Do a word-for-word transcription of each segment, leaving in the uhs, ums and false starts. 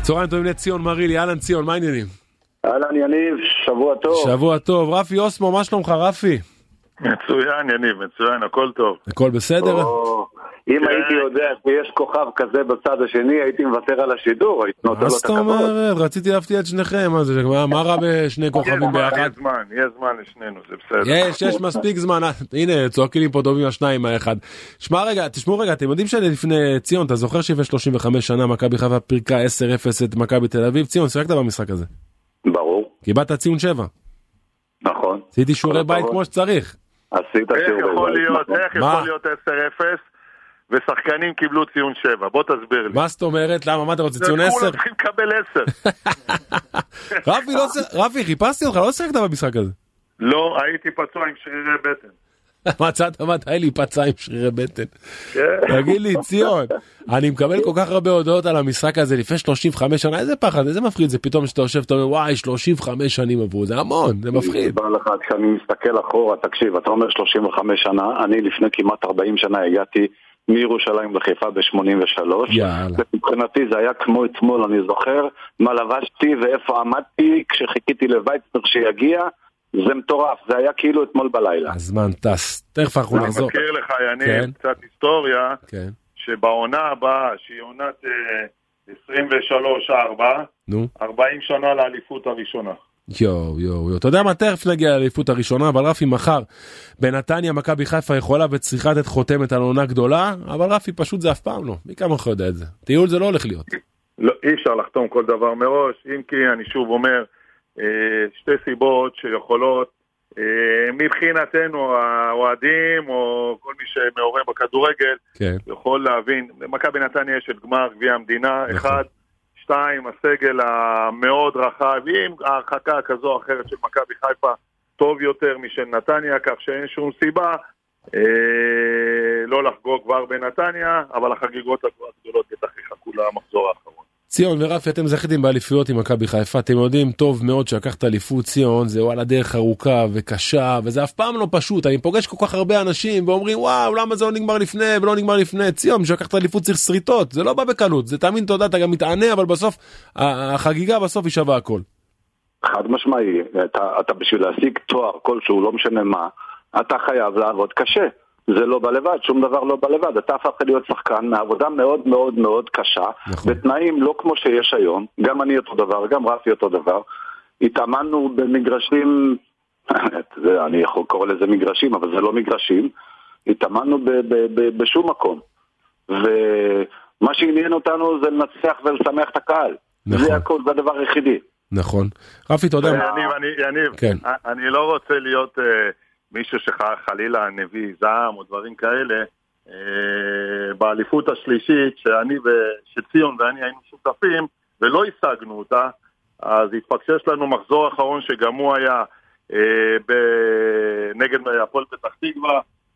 צהריים טובים לציון מרילי, אהלן ציון, מה העניינים? אהלן יניב, שבוע טוב. שבוע טוב, רפי אוסמו, מה שלומך רפי? מצוין יניב, מצוין, הכל טוב. הכל בסדר? אם הייתי יודע שיש כוכב כזה בצד השני, הייתי מוותר על השידור. מה זאת אומרת? רציתי להפתיע את שניכם, מה רע בשני כוכבים ביחד? יש זמן, יש זמן לשנינו, זה בסדר. יש, יש מספיק זמן, הנה, צועקים לי פה טובים השניים מהאחד. שמע רגע, תשמעו רגע, אתם יודעים שלפני ציון, אתה זוכר שלפני שלושים וחמש שנה מכבי חיפה פירקה עשר אפס את מכבי תל אביב? ציון, שיחקת במשחק הזה? ברור. קיבלת ציון שבע. נכון. עשיתי שיעורי בית כמו שצריך. עשית שיעורי בית. איך יכול להיות עשר אפס? ושחקנים קיבלו ציון שבע, בוא תסביר לי. מה זאת אומרת? למה? מה אתה רוצה? ציון עשר? כולם צריכים לקבל עשר. רפי, רפי, חיפשתי אותך, לא שחקת במשחק הזה. לא, הייתי פצוע עם שרירי בטן. מצאת מתי להיפצע עם שרירי בטן. תגיד לי, ציון, אני מקבל כל כך הרבה הודעות על המשחק הזה לפני שלושים וחמש שנה, איזה פחד, איזה מפחיד זה פתאום שאתה יושב, אתה אומר, וואי, שלושים וחמש שנים עברו, זה המון, זה מפחיד. אני לך, כשאני מסתכל אחורה, תקשיב, אתה אומר שלושים וחמש שנה, אני לפני כמעט ארבעים שנה הגעתי מירושלים לחיפה ב-שמונים ושלוש. מבחינתי זה היה כמו אתמול, אני זוכר מה לבשתי ואיפה עמדתי כשחיכיתי לווייצנר שיגיע, זה מטורף, זה היה כאילו אתמול בלילה. הזמן טס, תכף אנחנו נחזור. אני מכיר לך יניב, קצת היסטוריה, כן. שבעונה הבאה, שהיא עונת עשרים ושלוש ארבע, ארבעים שנה לאליפות הראשונה. יו, יו, יו. אתה יודע מה, תכף נגיע לאליפות הראשונה, אבל רפי מחר בנתניה מכבי חיפה יכולה וצריכה לתת חותמת על עונה גדולה, אבל רפי פשוט זה אף פעם לא. מי כמה יודע את זה? טיול זה לא הולך להיות. לא, אי אפשר לחתום כל דבר מראש, אם כי אני שוב אומר, שתי סיבות שיכולות, מבחינתנו האוהדים או כל מי שמעורב בכדורגל, כן. יכול להבין, מכבי נתניה יש את גמר גביע המדינה, נכון. אחד, שתיים, הסגל המאוד רחב, עם ההרחקה כזו או אחרת של מכבי חיפה טוב יותר משל נתניה, כך שאין שום סיבה אה, לא לחגוג כבר בנתניה, אבל החגיגות הגדולות בטח יחכו למחזור האחרון. ציון ורפי, אתם זכיתם באליפויות עם מכבי חיפה, אתם יודעים טוב מאוד שלקחת אליפות ציון, זה וואלה דרך ארוכה וקשה, וזה אף פעם לא פשוט, אני פוגש כל כך הרבה אנשים ואומרים וואו, למה זה לא נגמר לפני ולא נגמר לפני, ציון, שלקחת אליפות צריך שריטות, זה לא בא בקלות, זה תאמין תודה, אתה גם מתענה, אבל בסוף, החגיגה בסוף היא שווה הכל. חד משמעי, אתה, אתה בשביל להשיג תואר כלשהו, לא משנה מה, אתה חייב לעבוד קשה. זה לא בא לבד, שום דבר לא בא לבד. אתה הפך להיות שחקן מעבודה מאוד מאוד מאוד קשה, נכון. בתנאים לא כמו שיש היום, גם אני אותו דבר, גם רפי אותו דבר. התאמנו במגרשים, אני יכול לקרוא לזה מגרשים, אבל זה לא מגרשים, התאמנו ב- ב- ב- בשום מקום. ומה שעניין אותנו זה לנצח ולשמח את הקהל. נכון. זה הכל, זה הדבר היחידי. נכון. רפי, אתה יודע... יניב, אני, יניב, כן. אני לא רוצה להיות... מישהו שחלילה נביא זעם או דברים כאלה, באליפות השלישית שאני ושציון ואני היינו שותפים ולא השגנו אותה, אז התפקשש לנו מחזור אחרון שגם הוא היה נגד הפועל פתח תקווה,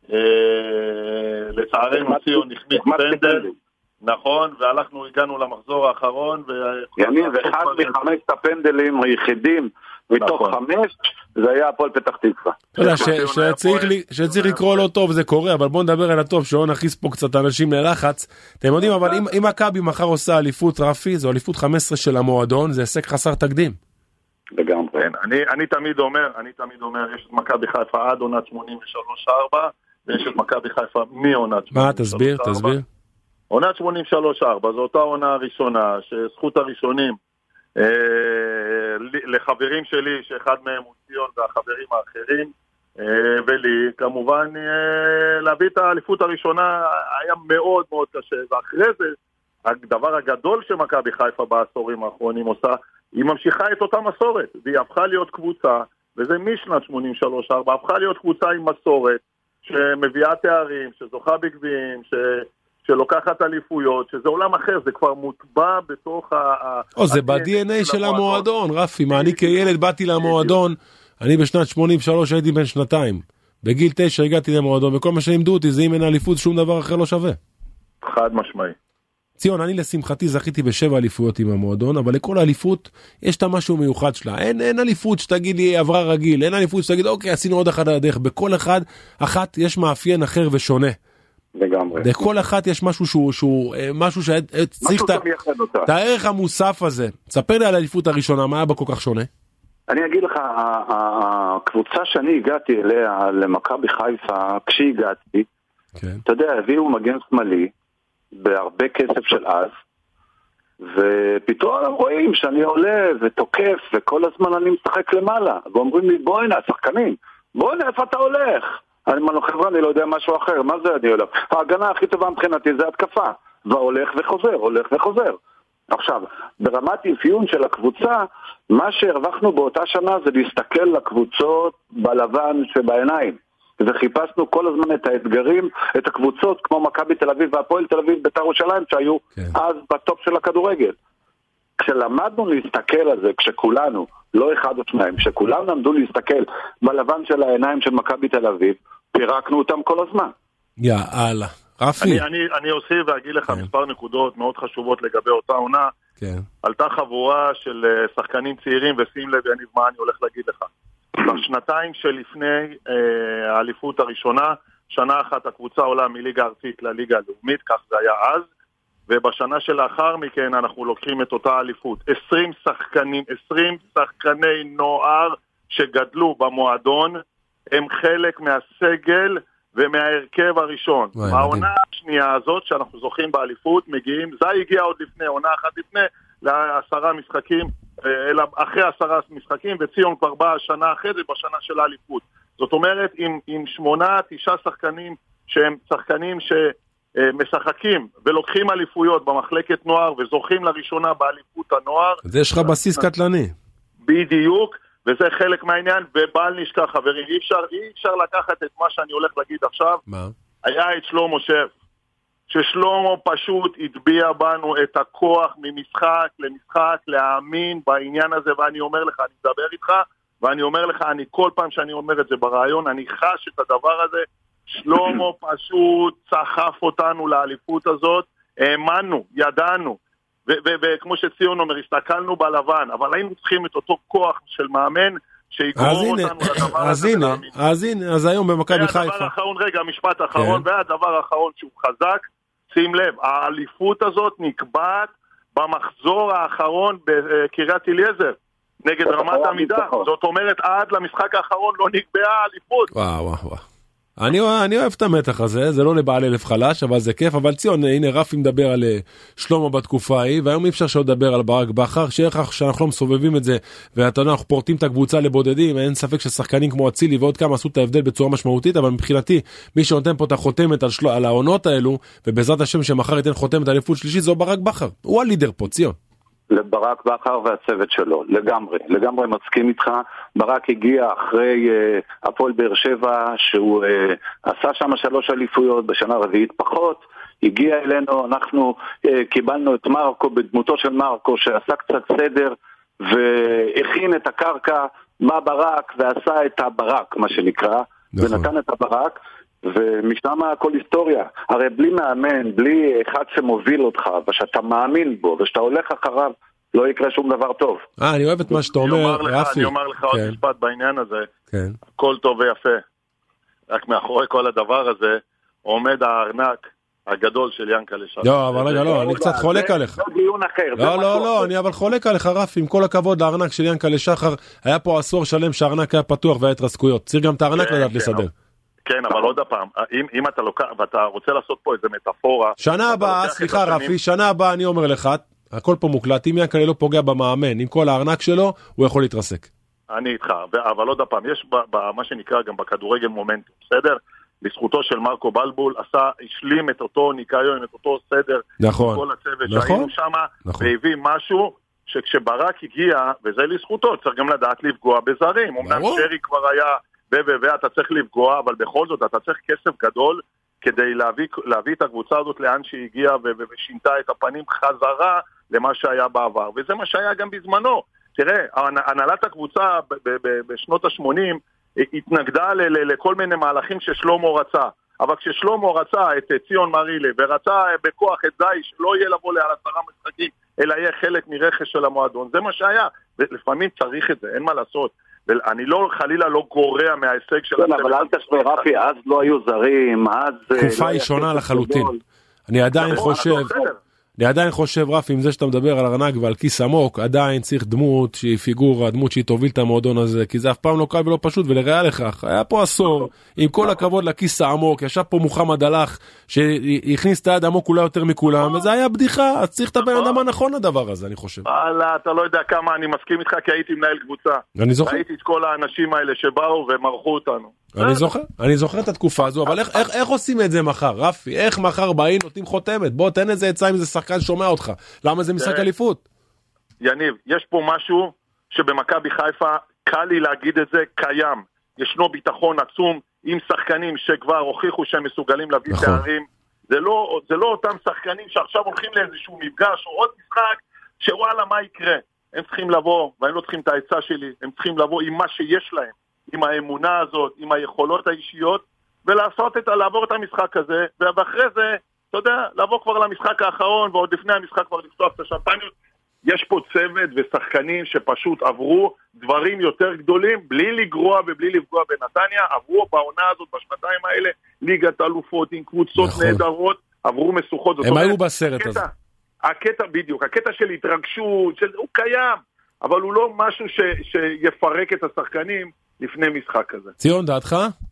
לצערנו ציון החמיץ פנדל, נכון, והלכנו, הגענו למחזור האחרון. יניב, אחד מחמשת הפנדלים היחידים מתוך חמש, זה היה הפועל פתח תקווה. אתה יודע, שצריך לקרוא לא טוב זה קורה, אבל בוא נדבר על הטוב, שלא נכניס פה קצת אנשים ללחץ. אתם יודעים, אבל אם מכבי מחר עושה אליפות רפי, זו אליפות חמש עשרה של המועדון, זה הישג חסר תקדים. לגמרי. אני תמיד אומר, אני תמיד אומר, יש את מכבי חיפה עד עונת שמונים ושלוש ארבע, ויש את מכבי חיפה מעונת שמונים ושלוש ארבע. מה, תסביר, תסביר. עונת שמונים ושלוש ארבע, זו אותה עונה הראשונה, שזכות הראשונים, לחברים שלי, שאחד מהם הוא ציון והחברים האחרים, ולי, כמובן, להביא את האליפות הראשונה היה מאוד מאוד קשה, ואחרי זה, הדבר הגדול שמכבי חיפה בעשורים האחרונים עושה, היא ממשיכה את אותה מסורת, והיא הפכה להיות קבוצה, וזה משנת שמונים ושלוש ארבע, הפכה להיות קבוצה עם מסורת, שמביאה תארים, שזוכה בגביעים, ש... שלוקחת אליפויות, שזה עולם אחר, זה כבר מוטבע בתוך ה... או, זה ב-די אן איי של המועדון, רפי, מה, אני כילד באתי למועדון, אני בשנת שמונים ושלוש הייתי בן שנתיים, בגיל תשע הגעתי למועדון, וכל מה שלימדו אותי זה אם אין אליפות, שום דבר אחר לא שווה. חד משמעי. ציון, אני לשמחתי זכיתי בשבע אליפויות עם המועדון, אבל לכל אליפות יש את משהו מיוחד שלה. אין, אין אליפות שתגיד לי עברה רגיל, אין אליפות שתגיד, אוקיי, עשינו עוד אחד על הדרך. בכל אחד, אחת יש מאפיין אחר ושונה. לגמרי. לכל אחת יש משהו שהוא, שהוא משהו שצריך את הערך המוסף הזה. ספר לי על האליפות הראשונה, מה היה בה כל כך שונה? אני אגיד לך, הקבוצה שאני הגעתי אליה, למכבי חיפה, כשהגעתי, אתה יודע, הביאו מגן שמאלי, בהרבה כסף של אז, ופתאום הם רואים שאני עולה ותוקף, וכל הזמן אני משחק למעלה, ואומרים לי, בואי הנה, השחקנים, בואי הנה, איפה אתה הולך? אני אומר לו, חבר'ה, אני לא יודע משהו אחר, מה זה אני הולך? ההגנה הכי טובה מבחינתי זה התקפה, והולך וחוזר, הולך וחוזר. עכשיו, ברמת אפיון של הקבוצה, מה שהרווחנו באותה שנה זה להסתכל לקבוצות בלבן שבעיניים. וחיפשנו כל הזמן את האתגרים, את הקבוצות כמו מכבי תל אביב והפועל תל אביב בית"ר ירושלים שהיו כן. אז בטופ של הכדורגל. כשלמדנו להסתכל על זה, כשכולנו, לא אחד או שניים, כשכולם למדו להסתכל בלבן של העיניים של מכבי תל אביב, פירקנו אותם כל הזמן. יאללה. רפי. אני, אני, אני אוסיף ואגיד לך כן. מספר נקודות מאוד חשובות לגבי אותה עונה. כן. עלתה חבורה של שחקנים צעירים, ושים לב, יניב, מה אני הולך להגיד לך. בשנתיים שלפני אה, האליפות הראשונה, שנה אחת הקבוצה עולה מליגה ארצית לליגה הלאומית, כך זה היה אז, ובשנה שלאחר מכן אנחנו לוקחים את אותה אליפות. עשרים שחקנים, עשרים שחקני נוער שגדלו במועדון, הם חלק מהסגל ומההרכב הראשון. העונה השנייה הזאת שאנחנו זוכים באליפות, מגיעים, זה הגיע עוד לפני, עונה אחת לפני, לעשרה משחקים, אלא אחרי עשרה משחקים, וציון כבר באה השנה אחרי זה, בשנה של האליפות. זאת אומרת, עם, עם שמונה, תשעה שחקנים, שהם שחקנים שמשחקים ולוקחים אליפויות במחלקת נוער, וזוכים לראשונה באליפות הנוער. זה יש לך בסיס קטלני. בדיוק, וזה חלק מהעניין, ובל נשכח, חברים, אי אפשר, אי אפשר לקחת את מה שאני הולך להגיד עכשיו. מה? היה את שלמה שף, ששלמה פשוט התביע בנו את הכוח ממשחק למשחק, להאמין בעניין הזה, ואני אומר לך, אני מדבר איתך, ואני אומר לך, אני כל פעם שאני אומר את זה ברעיון, אני חש את הדבר הזה, שלמה פשוט צחף אותנו לאליפות הזאת, האמנו, ידענו, וכמו שציון אומר, הסתכלנו בלבן, אבל היינו צריכים את אותו כוח של מאמן, שיגרור אותנו לדבר הזה. אז הנה, אז הנה, אז היום במכבי חיפה. והדבר האחרון, רגע, המשפט האחרון, והדבר האחרון שהוא חזק, שים לב, האליפות הזאת נקבעת במחזור האחרון בקריית אליעזר, נגד רמת עמידה. זאת אומרת, עד למשחק האחרון לא נקבעה האליפות. וואו, וואו, וואו. אני, אני אוהב את המתח הזה, זה לא לבעלי לב חלש, אבל זה כיף. אבל ציון, הנה רפי מדבר על שלמה בתקופה ההיא, והיום אי אפשר שעוד לדבר על ברק בכר, שאיך שאנחנו לא מסובבים את זה, ואתה יודע, אנחנו פורטים את הקבוצה לבודדים, אין ספק ששחקנים כמו אצילי ועוד כמה עשו את ההבדל בצורה משמעותית, אבל מבחינתי, מי שנותן פה את החותמת על, של... על העונות האלו, ובעזרת השם שמחר ייתן חותמת על אליפות שלישית, זו ברק בכר. הוא הלידר פה, ציון. לברק בכר והצוות שלו, לגמרי, לגמרי מסכים איתך. ברק הגיע אחרי uh, הפועל באר שבע, שהוא uh, עשה שם שלוש אליפויות, בשנה רביעית פחות, הגיע אלינו, אנחנו uh, קיבלנו את מרקו, בדמותו של מרקו, שעשה קצת סדר, והכין את הקרקע, מה ברק, ועשה את הברק, מה שנקרא, נכון. ונתן את הברק, ומשם הכל היסטוריה. הרי בלי מאמן, בלי אחד שמוביל אותך, ושאתה מאמין בו, ושאתה הולך אחריו, לא יקרה שום דבר טוב. אה, אני אוהב את מה שאתה אומר, רפי. אני אומר לך עוד משפט בעניין הזה. הכל טוב ויפה. רק מאחורי כל הדבר הזה, עומד הארנק הגדול של ינקלה שחר. לא, אבל רגע, לא, אני קצת חולק עליך. זה דיון אחר. לא, לא, לא, אני אבל חולק עליך, רפי, עם כל הכבוד לארנק של ינקלה שחר, היה פה עשור שלם שהארנק היה פתוח והיה התרסקויות. צריך גם את הארנק לדעת לסדר. כן, אבל עוד הפעם, אם, אם אתה לוקח, ואתה רוצה לעשות פה איזה מטאפורה... שנה הבאה, סליחה רפי, שנה הבאה אני אומר לך, הכל פה מוקלט, אם ינקלה לא פוגע במאמן, עם כל הארנק שלו, הוא יכול להתרסק. אני איתך, אבל עוד הפעם, יש מה שנקרא גם בכדורגל מומנטום, בסדר? לזכותו של מרקו בלבול, עשה, השלים את אותו ניקיון, את אותו סדר, נכון, כל הצוות נכון, שהיינו שם, נכון. והביא משהו שכשברק הגיע, וזה לזכותו, צריך גם לדעת לפגוע בזרים. אמנם שרי כבר היה... ואתה צריך לפגוע, אבל בכל זאת אתה צריך כסף גדול כדי להביא, להביא את הקבוצה הזאת לאן שהיא הגיעה ושינתה את הפנים חזרה למה שהיה בעבר, וזה מה שהיה גם בזמנו. תראה, הנהלת הקבוצה בשנות ה-שמונים התנגדה לכל מיני מהלכים ששלמה רצה, אבל כששלמה רצה את ציון מרילה ורצה בכוח את זי שלא יהיה לבוא לעל עשרה משחקים אלא יהיה חלק מרכש של המועדון, זה מה שהיה, ולפעמים צריך את זה, אין מה לעשות. ואני לא, חלילה לא גורע מההישג של... כן, אבל אל תשווה רפי, אז לא היו זרים, אז... תקופה היא שונה לחלוטין. אני עדיין חושב... אני עדיין חושב, רפי, עם זה שאתה מדבר על ארנק ועל כיס עמוק, עדיין צריך דמות שהיא פיגורה, דמות שהיא תוביל את המועדון הזה, כי זה אף פעם לא קל ולא פשוט, ולראה לכך. היה פה עשור, עם כל הכבוד לכיס העמוק, ישב פה מוחמד הלך, שהכניס את היד עמוק אולי יותר מכולם, וזה היה בדיחה, אז צריך את הבן אדם הנכון לדבר הזה, אני חושב. וואלה, אתה לא יודע כמה אני מסכים איתך, כי הייתי מנהל קבוצה. אני זוכר. ראיתי את כל האנשים האלה שבאו ומרחו אותנו. אני זוכר, אני זוכר את התקופה הזו, אבל איך, איך, איך עושים את זה מחר, רפי? איך מחר באים נותנים חותמת? בוא, תן איזה עצה אם זה שחקן שומע אותך. למה זה משחק אליפות? יניב, יש פה משהו שבמכבי חיפה קל לי להגיד את זה, קיים. ישנו ביטחון עצום עם שחקנים שכבר הוכיחו שהם מסוגלים להביא נכון. תארים. זה לא, זה לא אותם שחקנים שעכשיו הולכים לאיזשהו מפגש או עוד משחק, שוואלה, מה יקרה? הם צריכים לבוא, והם לא צריכים את העצה שלי, הם צריכים לבוא עם מה שיש להם. עם האמונה הזאת, עם היכולות האישיות, ולעשות את, לעבור את המשחק הזה, ואחרי זה, אתה יודע, לעבור כבר למשחק האחרון, ועוד לפני המשחק כבר לפתוח את השמפניות. יש פה צוות ושחקנים שפשוט עברו דברים יותר גדולים, בלי לגרוע ובלי לפגוע בנתניה, עברו בעונה הזאת, בשנתיים האלה, ליגת אלופות עם קבוצות נכון. נהדרות, עברו משוכות. הם היו בסרט הקטע, הזה. הקטע בדיוק, הקטע של התרגשות, של, הוא קיים, אבל הוא לא משהו ש, שיפרק את השחקנים, לפני משחק כזה. ציון, דעתך?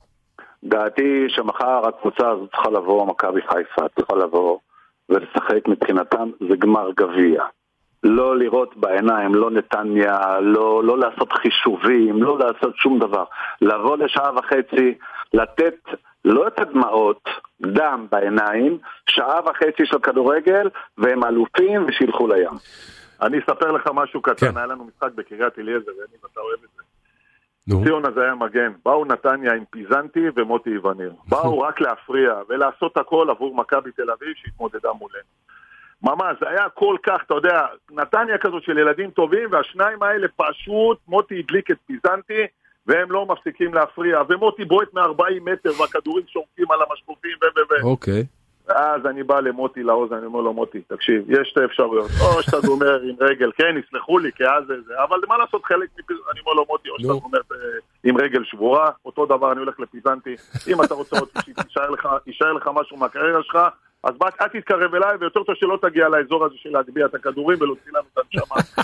דעתי שמחר הקבוצה הזאת צריכה לבוא, מכבי חיפה צריכה לבוא ולשחק מבחינתם, זה גמר גביע. לא לראות בעיניים, לא נתניה, לא, לא לעשות חישובים, לא לעשות שום דבר. לבוא לשעה וחצי, לתת, לא את הדמעות, דם בעיניים, שעה וחצי של כדורגל, והם אלופים ושילחו לים. אני אספר לך משהו קטן, היה לנו משחק בקריית אליעזר, ואני ואתה אוהב את זה. ציון הזה היה מגן, באו נתניה עם פיזנטי ומוטי איווניר, באו רק להפריע ולעשות הכל עבור מכבי תל אביב שהתמודדה מולנו. ממש, זה היה כל כך, אתה יודע, נתניה כזאת של ילדים טובים, והשניים האלה פשוט, מוטי הדליק את פיזנטי, והם לא מפסיקים להפריע, ומוטי בועט מ-ארבעים מטר, והכדורים שורקים על המשקופים ו... אוקיי. אז אני בא למוטי לאוזן, אני אומר לו, מוטי, תקשיב, יש שתי אפשרויות, או שאתה גומר עם רגל, כן, יסלחו לי, כי אז זה זה, אבל מה לעשות חלק מפיזנטי, אני אומר לו, מוטי, או שאתה גומר עם רגל שבורה, אותו דבר אני הולך לפיזנטי, אם אתה רוצה עוד שישאר לך משהו מהקריירה שלך, אז אל תתקרב אליי, ויותר טוב שלא תגיע לאזור הזה של להגביע את הכדורים, ולהוציא לנו את הנשמה.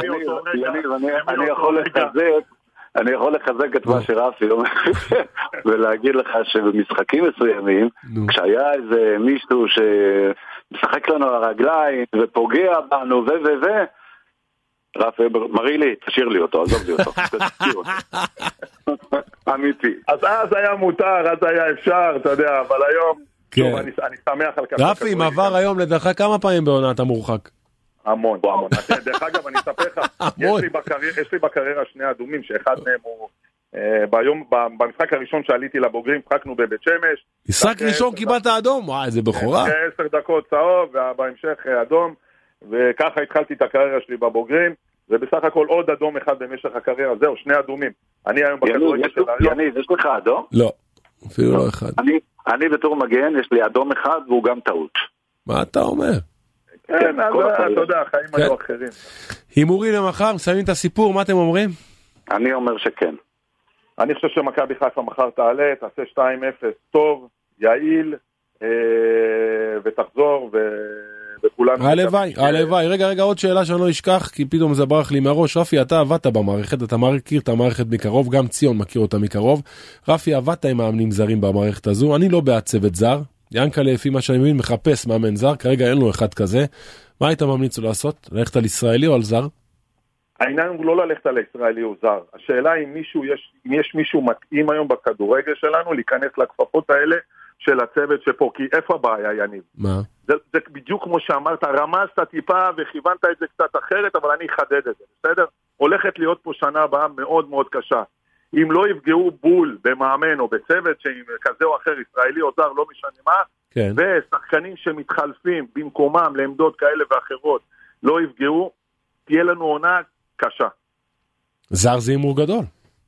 אני יכול לחזק, אני יכול לחזק את מה שרפי אומר, ולהגיד לך שבמשחקים מסוימים, כשהיה איזה מישהו שמשחק לנו הרגליים, ופוגע בנו, ו ו ו רפי, מראי לי, תשאיר לי אותו, עזוב לי אותו. אמיתי. אז אז היה מותר, אז היה אפשר, אתה יודע, אבל היום, אני שמח על כך. רפי, אם עבר היום לדרך כמה פעמים בעונה אתה מורחק? המון, המון. דרך אגב, אני אספר לך, יש לי בקריירה שני אדומים, שאחד מהם הוא, ביום, במשחק הראשון שעליתי לבוגרים, משחקנו בבית שמש. משחק ראשון קיבלת אדום? וואי, זה בחורה. עשר דקות צהוב, ובהמשך אדום, וככה התחלתי את הקריירה שלי בבוגרים, ובסך הכל עוד אדום אחד במשך הקריירה, זהו, שני אדומים. אני היום בכדורגל של היום. יניב, יש לך אדום? לא, אפילו לא אחד. אני בתור מגן, יש לי אדום אחד, והוא גם טעות. מה אתה אומר? כן, אתה יודע, החיים היו אחרים. הימורי למחר, מסיימים את הסיפור, מה אתם אומרים? אני אומר שכן. אני חושב שמכבי חיפה מחר תעלה, תעשה שתיים אפס טוב, יעיל, ותחזור, וכולנו... הלוואי, הלוואי. רגע, רגע, עוד שאלה שאני לא אשכח, כי פתאום זה ברח לי מהראש. רפי, אתה עבדת במערכת, אתה מכיר את המערכת מקרוב, גם ציון מכיר אותה מקרוב. רפי, עבדת עם מאמנים זרים במערכת הזו, אני לא בעד צוות זר. ינקה לפי מה שאני מבין מחפש מאמן זר, כרגע אין לו אחד כזה. מה היית ממליץ לו לעשות? ללכת על ישראלי או על זר? העניין הוא לא ללכת על ישראלי או זר. השאלה אם מישהו, יש, אם יש מישהו מתאים היום בכדורגל שלנו להיכנס לכפפות האלה של הצוות שפה, כי איפה הבעיה, יניב? מה? זה, זה בדיוק כמו שאמרת, רמזת טיפה וכיוונת את זה קצת אחרת, אבל אני אחדד את זה, בסדר? הולכת להיות פה שנה הבאה מאוד מאוד קשה. אם לא יפגעו בול במאמן או בצוות שכזה או אחר, ישראלי או זר, לא משנה מה, כן. ושחקנים שמתחלפים במקומם לעמדות כאלה ואחרות, לא יפגעו, תהיה לנו עונה קשה. זר זה אימור גדול.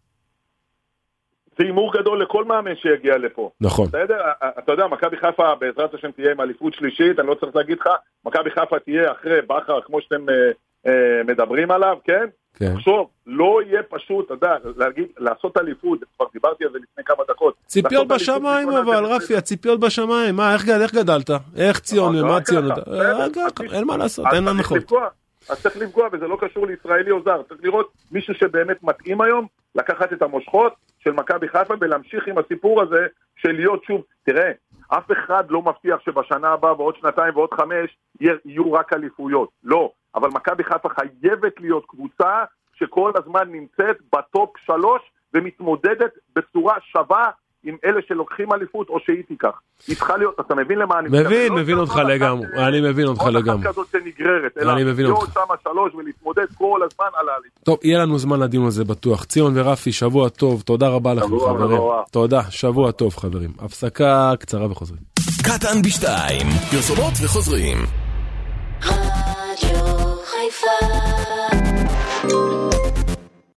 זה אימור גדול לכל מאמן שיגיע לפה. נכון. אתה יודע, אתה יודע, מכבי חיפה בעזרת השם תהיה עם אליפות שלישית, אני לא צריך להגיד לך, מכבי חיפה תהיה אחרי בכר כמו שאתם אה, אה, מדברים עליו, כן? עכשיו, לא יהיה פשוט, אתה יודע, להגיד, לעשות אליפות, כבר דיברתי על זה לפני כמה דקות. ציפיות בשמיים אבל, רפי, הציפיות בשמיים, מה, איך גדלת? איך ציון, מה ציון? אין מה לעשות, אין הנחות. אז צריך לפגוע, וזה לא קשור לישראלי או זר, צריך לראות מישהו שבאמת מתאים היום, לקחת את המושכות של מכבי חיפה ולהמשיך עם הסיפור הזה של להיות שוב, תראה, אף אחד לא מבטיח שבשנה הבאה ועוד שנתיים ועוד חמש יהיו רק אליפויות, לא, אבל מכבי חיפה חייבת להיות קבוצה שכל הזמן נמצאת בטופ שלוש ומתמודדת בצורה שווה עם אלה שלוקחים אליפות או שהיא תיקח. היא צריכה להיות, אתה מבין למה אני מתכוון? מבין, מבין אותך לגמרי, אני מבין אותך לגמרי. עוד אחת כזאת שנגררת, אלא להיות שם שלוש ולהתמודד כל הזמן על האליפות. טוב, יהיה לנו זמן לדיון הזה בטוח. ציון ורפי, שבוע טוב, תודה רבה לכם חברים. תודה, שבוע טוב חברים. הפסקה קצרה וחוזרים. קטן בשתיים, פרסומות וחוזרים. רדיו חיפה